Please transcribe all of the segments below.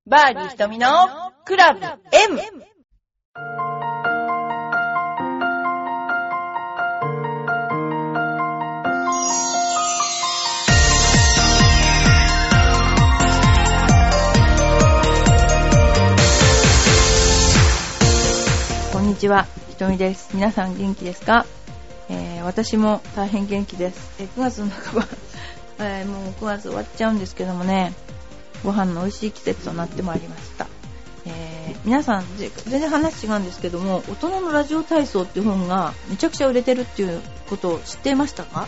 バーディー瞳のクラブ M。こんにちは、瞳です。皆さん元気ですか？私も大変元気です。9月の半ば、もう9月終わっちゃうんですけどもね、ご飯の美味しい季節となってまいりました。皆さん全然話違うんですけども、大人のラジオ体操っていう本がめちゃくちゃ売れてるっていうことを知っていましたか？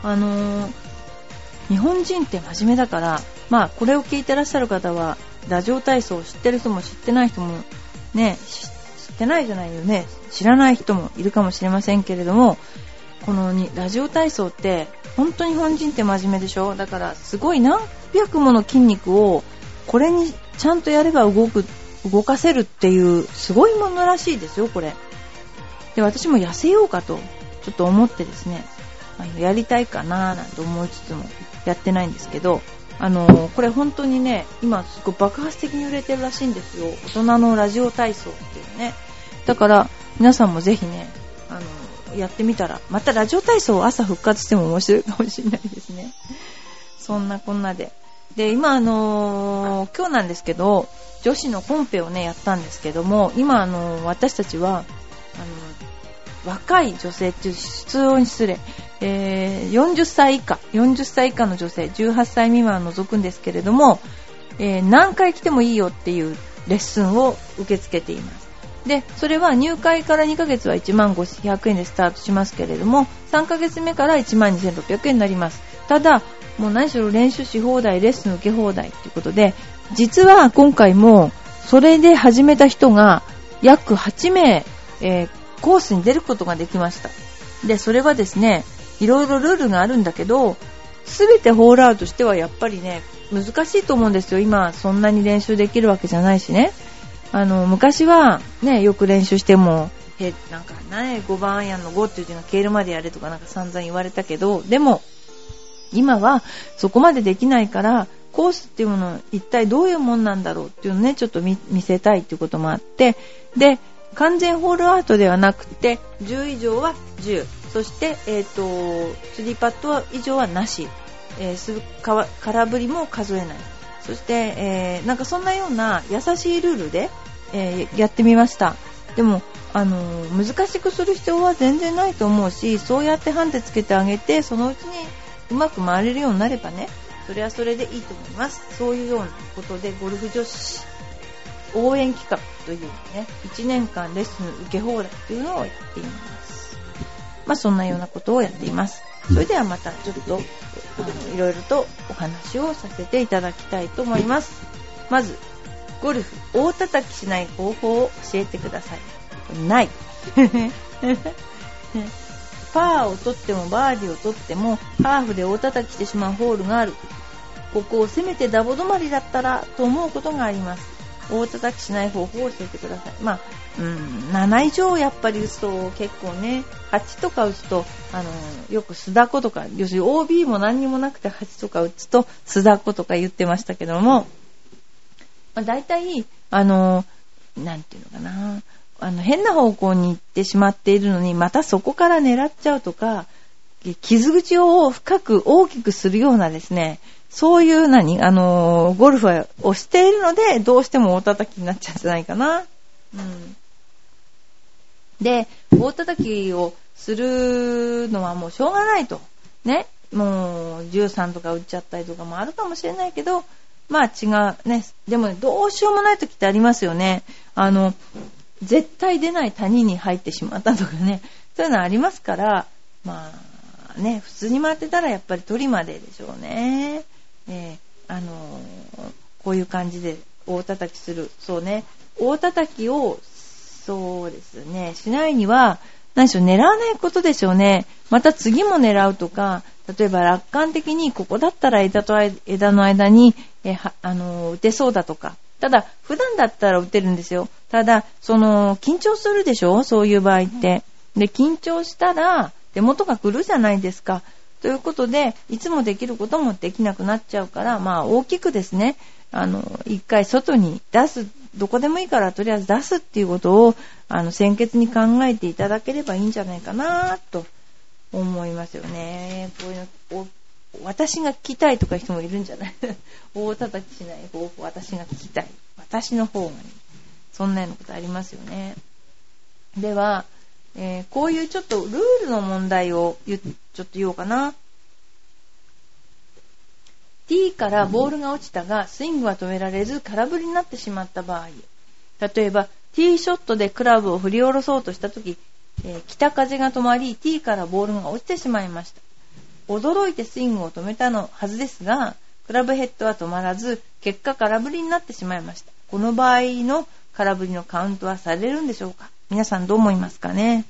日本人って真面目だから、まあこれを聞いてらっしゃる方はラジオ体操を知ってる人も知ってない人もね、知ってないじゃないよね、知らない人もいるかもしれませんけれども、このラジオ体操って本当に日本人って真面目でしょ。だからすごい何百もの筋肉をこれにちゃんとやれば動かせるっていうすごいものらしいですよ、これ。で、私も痩せようかとちょっと思ってですね、やりたいかななんて思いつつもやってないんですけど、これ本当にね、今すごい爆発的に売れてるらしいんですよ、大人のラジオ体操っていうね。だから皆さんもぜひね、やってみたら、またラジオ体操を朝復活しても面白いかもしれないですね。そんなこんなで。で、今今日なんですけど、女子のコンペをね、やったんですけども、今私たちは、若い女性っていう質問に失礼、40歳以下の女性、18歳未満を除くんですけれども、何回来てもいいよっていうレッスンを受け付けています。で、それは入会から2ヶ月は15,100円でスタートしますけれども、3ヶ月目から12,600円になります。ただ、もう何しろ練習し放題、レッスン受け放題ということで、実は今回もそれで始めた人が約8名、コースに出ることができました。で、それはですね、いろいろルールがあるんだけど、すべてホールアウトしてはやっぱりね、難しいと思うんですよ。今そんなに練習できるわけじゃないしね。昔はね、よく練習してもなんかね、5番アイアンの5っていう字が消えるまでやれとかなんか散々言われたけど、でも今はそこまでできないから、コースっていうもの一体どういうもんなんだろうっていうのをね、ちょっと見せたいっていうこともあって、で、完全ホールアウトではなくて10以上は10、そして3パット以上はなし、空振りも数えない、そして、なんかそんなような優しいルールで、やってみました。でも難しくする必要は全然ないと思うし、そうやってハンデつけてあげて、そのうちにうまく回れるようになればね、それはそれでいいと思います。そういうようなことでゴルフ女子応援企画というね、1年間レッスン受け放題というのをやっています。まあそんなようなことをやっています。それではまたちょっといろいろとお話をさせていただきたいと思います。まずゴルフ大叩きしない方法を教えてください。ないパーを取ってもバーディーを取ってもハーフで大叩きしてしまうホールがある。ここをせめてダボ止まりだったらと思うことがあります。大叩きしない方法を教えてください。まあ、7以上やっぱり打つと結構ね、8とか打つとよくスダコとか、要するに OB も何にもなくて8とか打つとスダコとか言ってましたけども、まあ、大体なんていうのかな、変な方向に行ってしまっているのに、またそこから狙っちゃうとか、傷口を深く大きくするようなですね、そういうゴルフをしているので、どうしても大叩きになっちゃうんじゃないかな。で、大叩きをするのはもうしょうがないと。ね。もう13とか打っちゃったりとかもあるかもしれないけど、まあ違うね。でもね、どうしようもない時ってありますよね。絶対出ない谷に入ってしまったとかね。そういうのありますから、まあね、普通に回ってたらやっぱり取りまででしょうね。こういう感じで大叩きする。そうね。大叩きを、そうですね、しないには、何でしょう、狙わないことでしょうね。また次も狙うとか、例えば楽観的にここだったら枝と枝の間に打てそうだとか。ただ普段だったら打てるんですよ。ただ緊張するでしょ、そういう場合って。で、緊張したら手元が来るじゃないですか。ということでいつもできることもできなくなっちゃうから、まあ大きくですね、 一回外に出す、どこでもいいからとりあえず出すっていうことを、先決に考えていただければいいんじゃないかなと思いますよね。こういうの、私が聞きたいとか人もいるんじゃない大叩きしない方法、私が聞きたい。私の方がいい。そんなようなことありますよね。では、こういうちょっとルールの問題をちょっと言おうかな。T からボールが落ちたがスイングは止められず空振りになってしまった場合、例えば T ショットでクラブを振り下ろそうとしたとき、北風が止まり T からボールが落ちてしまいました。驚いてスイングを止めたのはずですが、クラブヘッドは止まらず結果空振りになってしまいました。この場合の空振りのカウントはされるんでしょうか。皆さんどう思いますかね。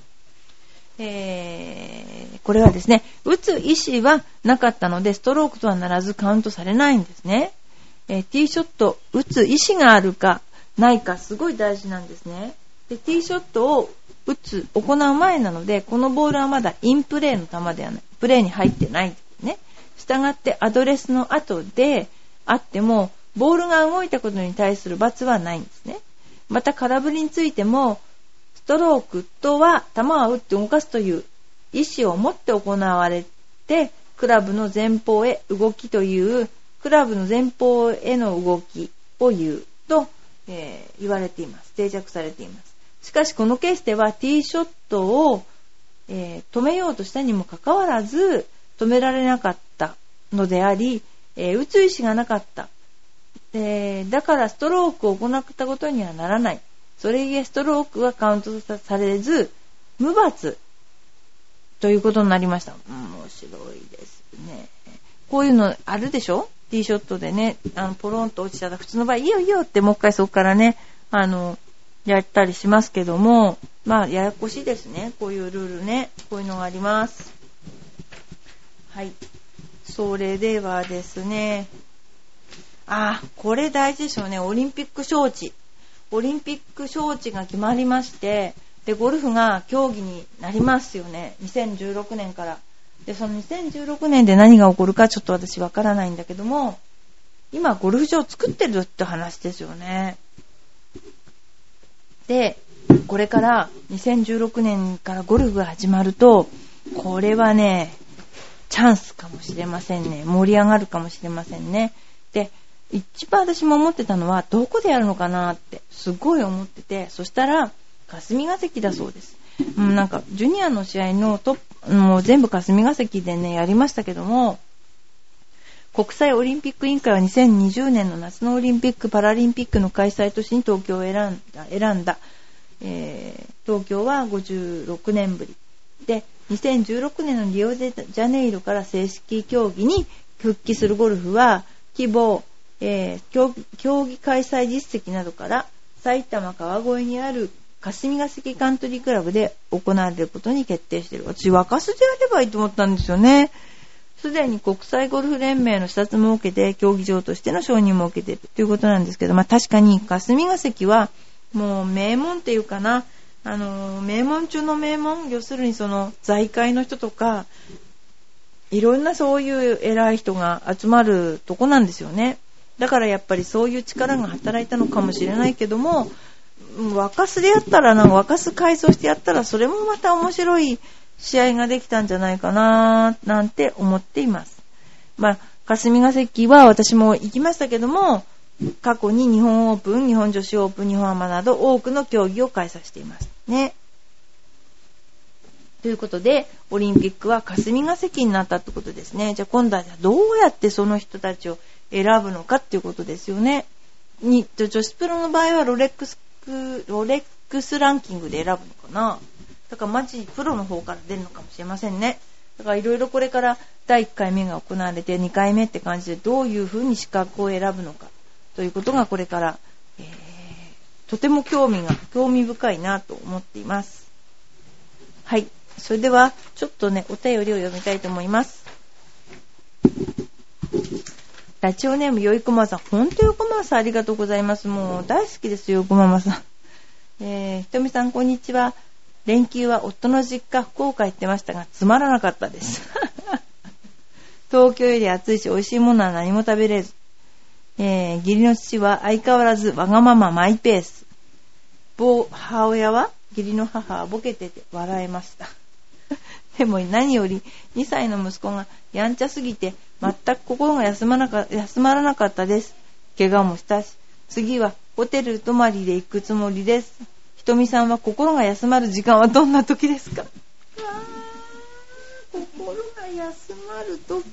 これはですね、打つ意思はなかったのでストロークとはならずカウントされないんですね。ティーショット打つ意思があるかないかすごい大事なんですね。でティーショットを行う前なので、このボールはまだインプレーの球ではない、プレーに入ってないですね。したがってアドレスの後であってもボールが動いたことに対する罰はないんですね。また空振りについてもストロークとは球を打って動かすという意思を持って行われて、クラブの前方へ動きというクラブの前方への動きを言うと、言われています。定着されています。しかしこのケースではティーショットを、止めようとしたにもかかわらず止められなかったのであり、打つ意思がなかった。だからストロークを行ったことにはならない。それゆえストロークはカウントされず無罰ということになりました。面白いですね。こういうのあるでしょ？ティーショットでね、ポロンと落ちたら普通の場合いいよいいよってもう一回そこからね、やったりしますけども、まあややこしいですね。こういうルールね、こういうのがあります。はい。それではですね、これ大事でしょうね。オリンピック招致。オリンピック招致が決まりまして、でゴルフが競技になりますよね。2016年から。でその2016年で何が起こるかちょっと私わからないんだけども、今ゴルフ場を作ってるって話ですよね。でこれから2016年からゴルフが始まると、これはねチャンスかもしれませんね。盛り上がるかもしれませんね。で一番私も思ってたのはどこでやるのかなってすごい思ってて、そしたら霞ヶ関だそうです。なんかジュニアの試合のもう全部霞ヶ関でねやりましたけども、国際オリンピック委員会は2020年の夏のオリンピック・パラリンピックの開催都市に東京を選んだ、東京は56年ぶりで、2016年のリオデジャネイロから正式競技に復帰するゴルフは規模、競技開催実績などから埼玉川越にある霞ヶ関カントリークラブで行われることに決定している。私若洲でやればいいと思ったんですよね。すでに国際ゴルフ連盟の視察も受けて競技場としての承認も受けているということなんですけど、確かに霞ヶ関はもう名門っていうかな、名門中の名門、要するにその財界の人とかいろんなそういう偉い人が集まるとこなんですよね。だからやっぱりそういう力が働いたのかもしれないけども、若洲でやったら若洲改装してやったらそれもまた面白い試合ができたんじゃないかななんて思っています。霞ヶ関は私も行きましたけども、過去に日本オープン、日本女子オープン、日本アマなど多くの競技を開催していますね。ということでオリンピックは霞ヶ関になったってことですね。じゃあ今度はどうやってその人たちを選ぶのかっていうことですよね。女子プロの場合はロレックスランキングで選ぶのかな。だからマジプロの方から出るのかもしれませんね。だからいろいろこれから第1回目が行われて2回目って感じでどういうふうに資格を選ぶのかということがこれから、とても興味深いなと思っています。はい。それではちょっとねお便りを読みたいと思います。ラジオネームよいこまさん、本当よいこまさんありがとうございます。もう大好きですよいこまさん。ひとみさんこんにちは。連休は夫の実家福岡行ってましたがつまらなかったです東京より暑いし美味しいものは何も食べれず、 義理の父は相変わらずわがままマイペース。母親は、義理の母はボケてて笑えました。でも何より2歳の息子がやんちゃすぎて全く心が休まらなかったです。怪我もしたし、次はホテル泊まりで行くつもりです。ひとみさんは心が休まる時間はどんな時ですか？心が休まる時。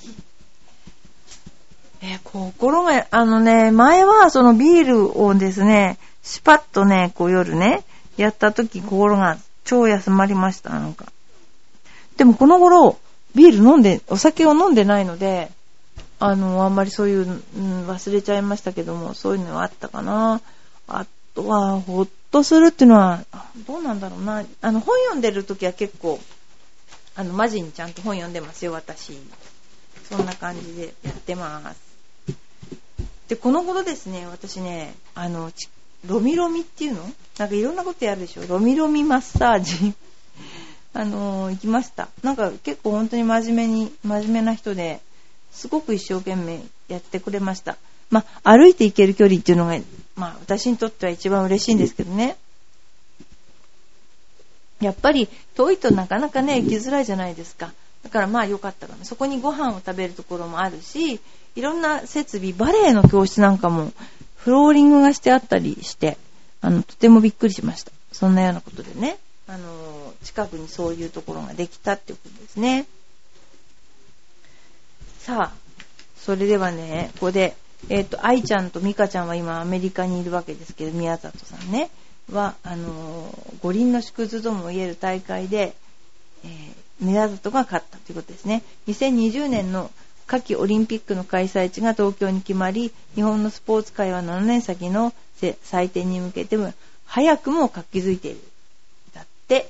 心が、前はそのビールをですね、シュパッとね、こう夜ね、やった時心が超休まりました、なんか。でもこの頃、ビールお酒を飲んでないので、あんまりそういう、忘れちゃいましたけども、そういうのはあったかな。あとは、ほっとするっていうのは、どうなんだろうな。本読んでる時は結構、マジにちゃんと本読んでますよ、私。そんな感じでやってます。で、この頃ですね、私ね、ロミロミっていうの？なんかいろんなことやるでしょ。ロミロミマッサージ。行きました。なんか結構本当に真面目な人で、すごく一生懸命やってくれました。まあ、歩いて行ける距離っていうのが、まあ、私にとっては一番嬉しいんですけどね。やっぱり遠いとなかなかね、行きづらいじゃないですか。だからまあ良かったかな。そこにご飯を食べるところもあるし、いろんな設備、バレエの教室なんかもフローリングがしてあったりして、とてもびっくりしました。そんなようなことでね、近くにそういうところができたっていうことですね。さあ、それではね、ここで、愛ちゃんと美香ちゃんは今アメリカにいるわけですけど、宮里さんね、は、五輪の縮図とも言える大会で、宮里が勝ったということですね。2020年の夏季オリンピックの開催地が東京に決まり、日本のスポーツ界は7年先の祭典に向けても早くも活気づいている。だって。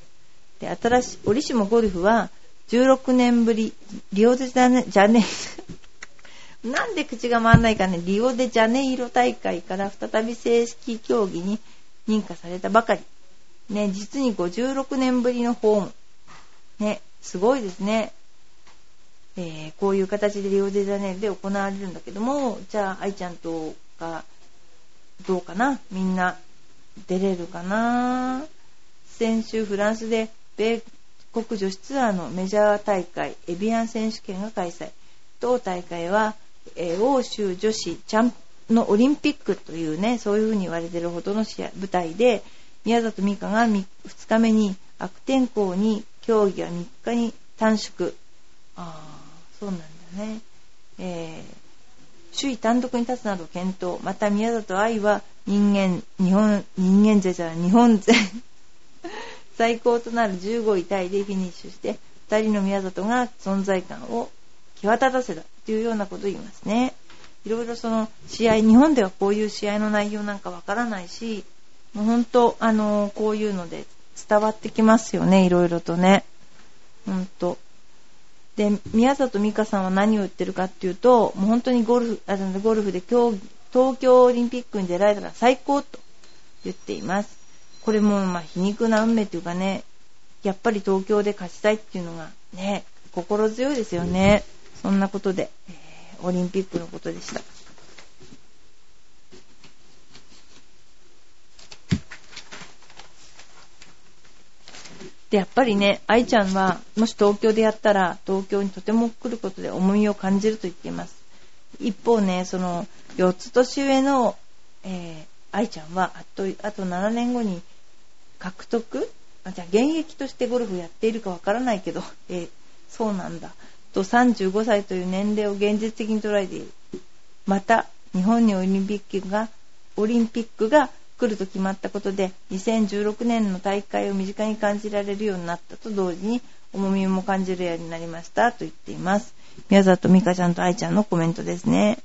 で、新しい折しもゴルフは16年ぶり、リオデジャネなんで口が回んないかね、リオデジャネイロ大会から再び正式競技に認可されたばかり。ね、実に56年ぶりのホーム。ね、すごいですね。こういう形でリオデジャネイロで行われるんだけども、じゃあ愛ちゃんとかどうかな、みんな出れるかな。先週フランスで米国女子ツアーのメジャー大会エビアン選手権が開催。同大会は、欧州女子チャンプのオリンピックというね、そういう風に言われているほどの舞台で、宮里美香が2日目に悪天候に競技は3日に短縮。そうなんだね。首位単独に立つなど検討。また宮里藍は日本勢最高となる15位タイでフィニッシュして、2人の宮里が存在感を際立たせたというようなことを言いますね。いろいろその試合、日本ではこういう試合の内容なんかわからないし、もう本当こういうので伝わってきますよね、いろいろとね。本当。で、宮里美香さんは何を言ってるかっていうと、もう本当にゴルフで東京オリンピックに出られたら最高と言っています。これもまあ皮肉な運命というかね、やっぱり東京で勝ちたいっていうのがね、心強いですよね。そんなことで、オリンピックのことでした。で、やっぱりね、愛ちゃんはもし東京でやったら東京にとても来ることで重みを感じると言っています。一方ね、その4つ年上の、愛ちゃんはあと7年後に獲得、じゃあ現役としてゴルフやっているかわからないけど、そうなんだと35歳という年齢を現実的に捉えている。また日本にオリンピックが来ると決まったことで2016年の大会を身近に感じられるようになったと同時に重みも感じるようになりましたと言っています。宮里美香ちゃんと愛ちゃんのコメントですね。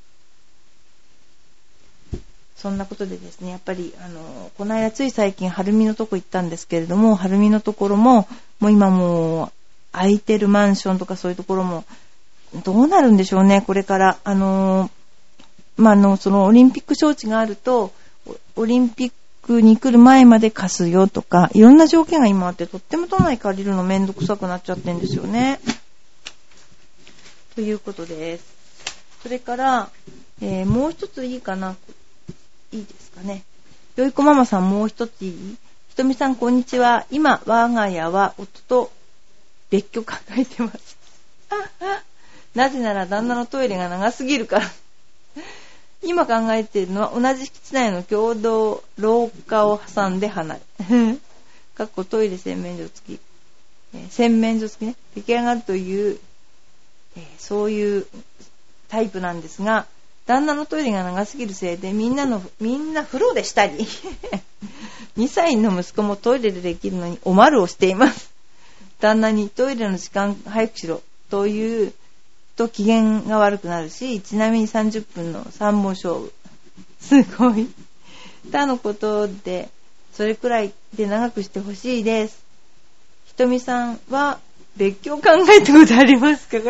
そんなことでですね、やっぱりこの間つい最近晴海のとこ行ったんですけれども、晴海のところももう今もう空いてるマンションとかそういうところもどうなるんでしょうね、これからそのオリンピック招致があるとオリンピックに来る前まで貸すよとかいろんな条件が今あって、とっても都内借りるのめんどくさくなっちゃってるんですよね。ということです。それからもう一ついいかな。いいですかね。よいこママさん、もう一ついい？ひとみさん、こんにちは。今、我が家は夫と別居考えてます。なぜなら旦那のトイレが長すぎるから。今考えているのは同じ敷地内の共同廊下を挟んで離れ。かっこトイレ洗面所付き。洗面所付きね。出来上がるという、そういうタイプなんですが、旦那のトイレが長すぎるせいでみんな風呂でしたり2歳の息子もトイレでできるのにおまるをしています。旦那にトイレの時間早くしろというと機嫌が悪くなるし、ちなみに30分の3本勝負。すごい。他のことでそれくらいで長くしてほしいです。ひとみさんは別居を考えたことありますか？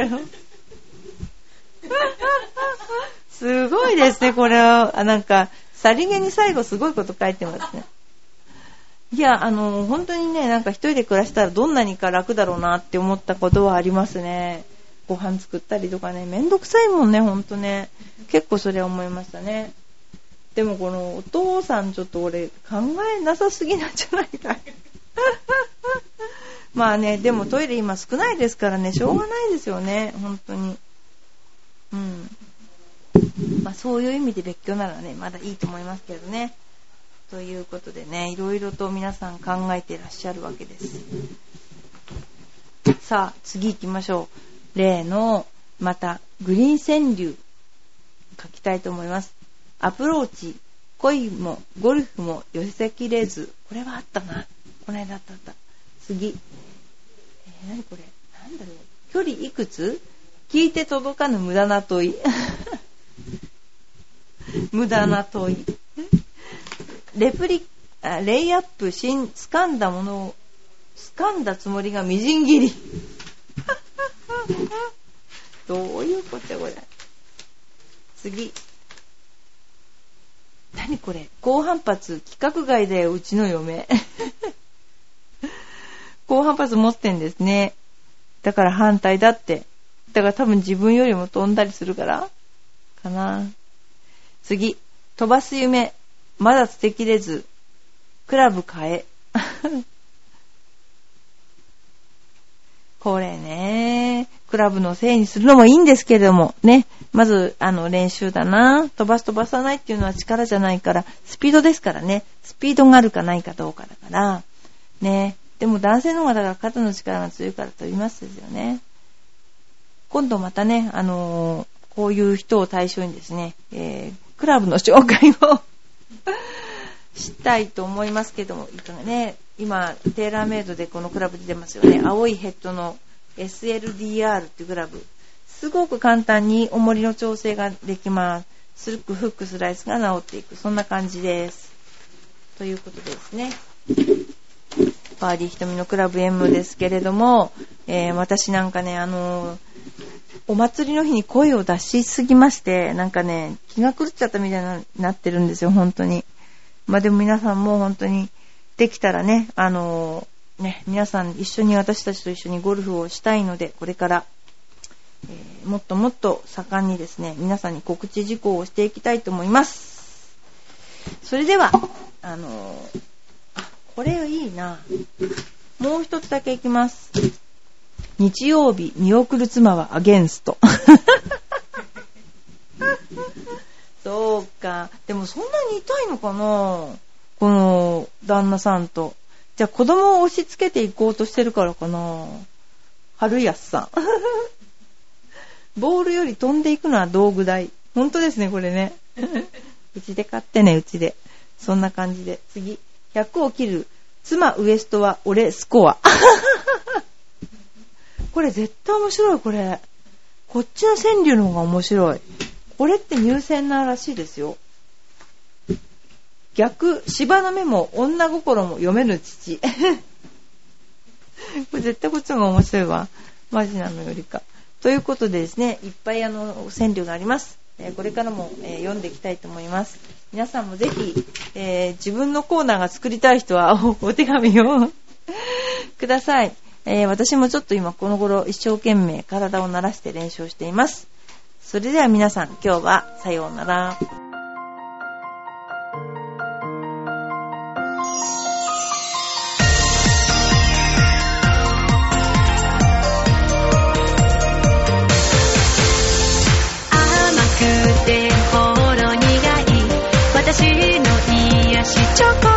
すごいですね、これは。なんかさりげに最後すごいこと書いてますね。いや、本当にね、なんか一人で暮らしたらどんなにか楽だろうなって思ったことはありますね。ご飯作ったりとかね、めんどくさいもんね、ほんとね。結構それは思いましたね。でもこのお父さんちょっと俺考えなさすぎなんじゃないかまあね、でもトイレ今少ないですからね、しょうがないですよね、本当に。まあそういう意味で別居ならね、まだいいと思いますけどね。ということでね、いろいろと皆さん考えていらっしゃるわけです。さあ、次行きましょう。例の、また、グリーン川柳、書きたいと思います。アプローチ、恋もゴルフも寄せきれず。これはあったな。この間あった。次。何これ？なんだろう。距離いくつ？聞いて届かぬ無駄な問い。無駄な問い。レイアップ掴んだものを掴んだつもりがみじん切り。どういうことこれ。次。何これ？高反発規格外だようちの嫁。高反発持ってんですね。だから反対だって。だから多分自分よりも飛んだりするからかな。次。飛ばす夢まだ捨てきれずクラブ変え。これね、クラブのせいにするのもいいんですけれどもね、まず練習だな。飛ばさないっていうのは力じゃないから、スピードですからね。スピードがあるかないかどうかだからね。でも男性の方がだから肩の力が強いから飛びますですよね。今度またね、こういう人を対象にですね、クラブの紹介をしたいと思いますけども、ね、今テーラーメイドでこのクラブ出てますよね。青いヘッドの SLDR っていうクラブ、すごく簡単に重りの調整ができます。スルックフックスライスが直っていく、そんな感じです。ということでですね、バーディーひとみのクラブ M ですけれども、私なんかね、お祭りの日に声を出しすぎまして、なんかね、気が狂っちゃったみたいになってるんですよ、本当に。まあでも皆さんも本当にできたらね、皆さん一緒に、私たちと一緒にゴルフをしたいので、これから、もっともっと盛んにですね、皆さんに告知事項をしていきたいと思います。それでは、これいいな。もう一つだけいきます。日曜日見送る妻はアゲンスト。そうか。でもそんなに痛いのかな、この旦那さんと。じゃあ子供を押し付けていこうとしてるからかな。春安さん。ボールより飛んでいくのは道具代。本当ですね、これね。うちで買ってね、うちで。そんな感じで。次。100を切る。妻ウエストは俺スコア。これ絶対面白い、これ。こっちの川柳の方が面白い。これって入選ならしいですよ。逆、芝の目も女心も読めぬ父。これ絶対こっちの方が面白いわ。マジなのよりか。ということでですね、いっぱい川柳があります。これからも、読んでいきたいと思います。皆さんもぜひ、自分のコーナーが作りたい人はお手紙をください。私もちょっと今この頃一生懸命体を慣らして練習しています。 それでは皆さん、今日はさようなら。 ほろ苦い私の癒しチョコ